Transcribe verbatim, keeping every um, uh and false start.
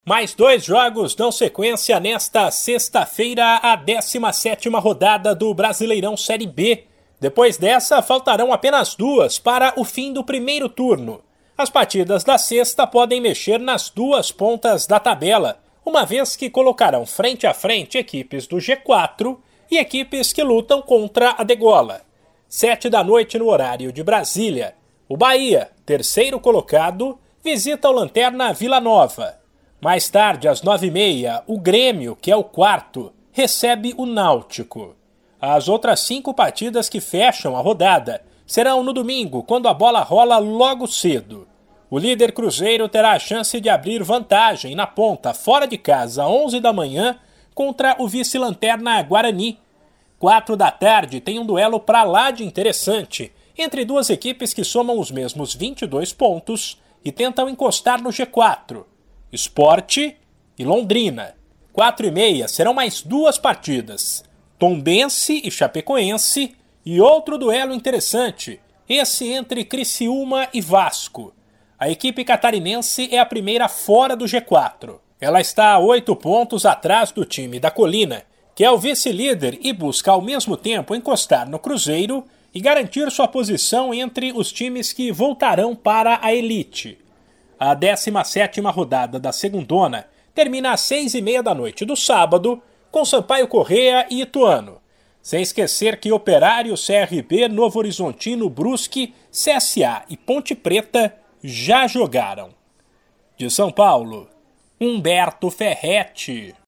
Mais dois jogos dão sequência nesta sexta-feira à décima sétima rodada do Brasileirão Série B. Depois dessa, faltarão apenas duas para o fim do primeiro turno. As partidas da sexta podem mexer nas duas pontas da tabela, uma vez que colocarão frente a frente equipes do G quatro e equipes que lutam contra a degola. Sete da noite no horário de Brasília, o Bahia, terceiro colocado, visita o Lanterna Vila Nova. Mais tarde, às nove e meia, o Grêmio, que é o quarto, recebe o Náutico. As outras cinco partidas que fecham a rodada serão no domingo, quando a bola rola logo cedo. O líder Cruzeiro terá a chance de abrir vantagem na ponta, fora de casa, às onze da manhã, contra o vice-lanterna Guarani. Quatro da tarde tem um duelo pra lá de interessante entre duas equipes que somam os mesmos vinte e dois pontos e tentam encostar no G quatro. Sport e Londrina. Quatro e meia serão mais duas partidas, Tombense e Chapecoense, e outro duelo interessante, esse entre Criciúma e Vasco. A equipe catarinense é a primeira fora do G quatro. Ela está a oito pontos atrás do time da Colina, que é o vice-líder e busca ao mesmo tempo encostar no Cruzeiro e garantir sua posição entre os times que voltarão para a elite. A décima sétima rodada da segundona termina às seis e meia da noite do sábado, com Sampaio Corrêa e Ituano. Sem esquecer que Operário, C R B, Novo Horizontino, Brusque, C S A e Ponte Preta já jogaram. De São Paulo, Humberto Ferretti.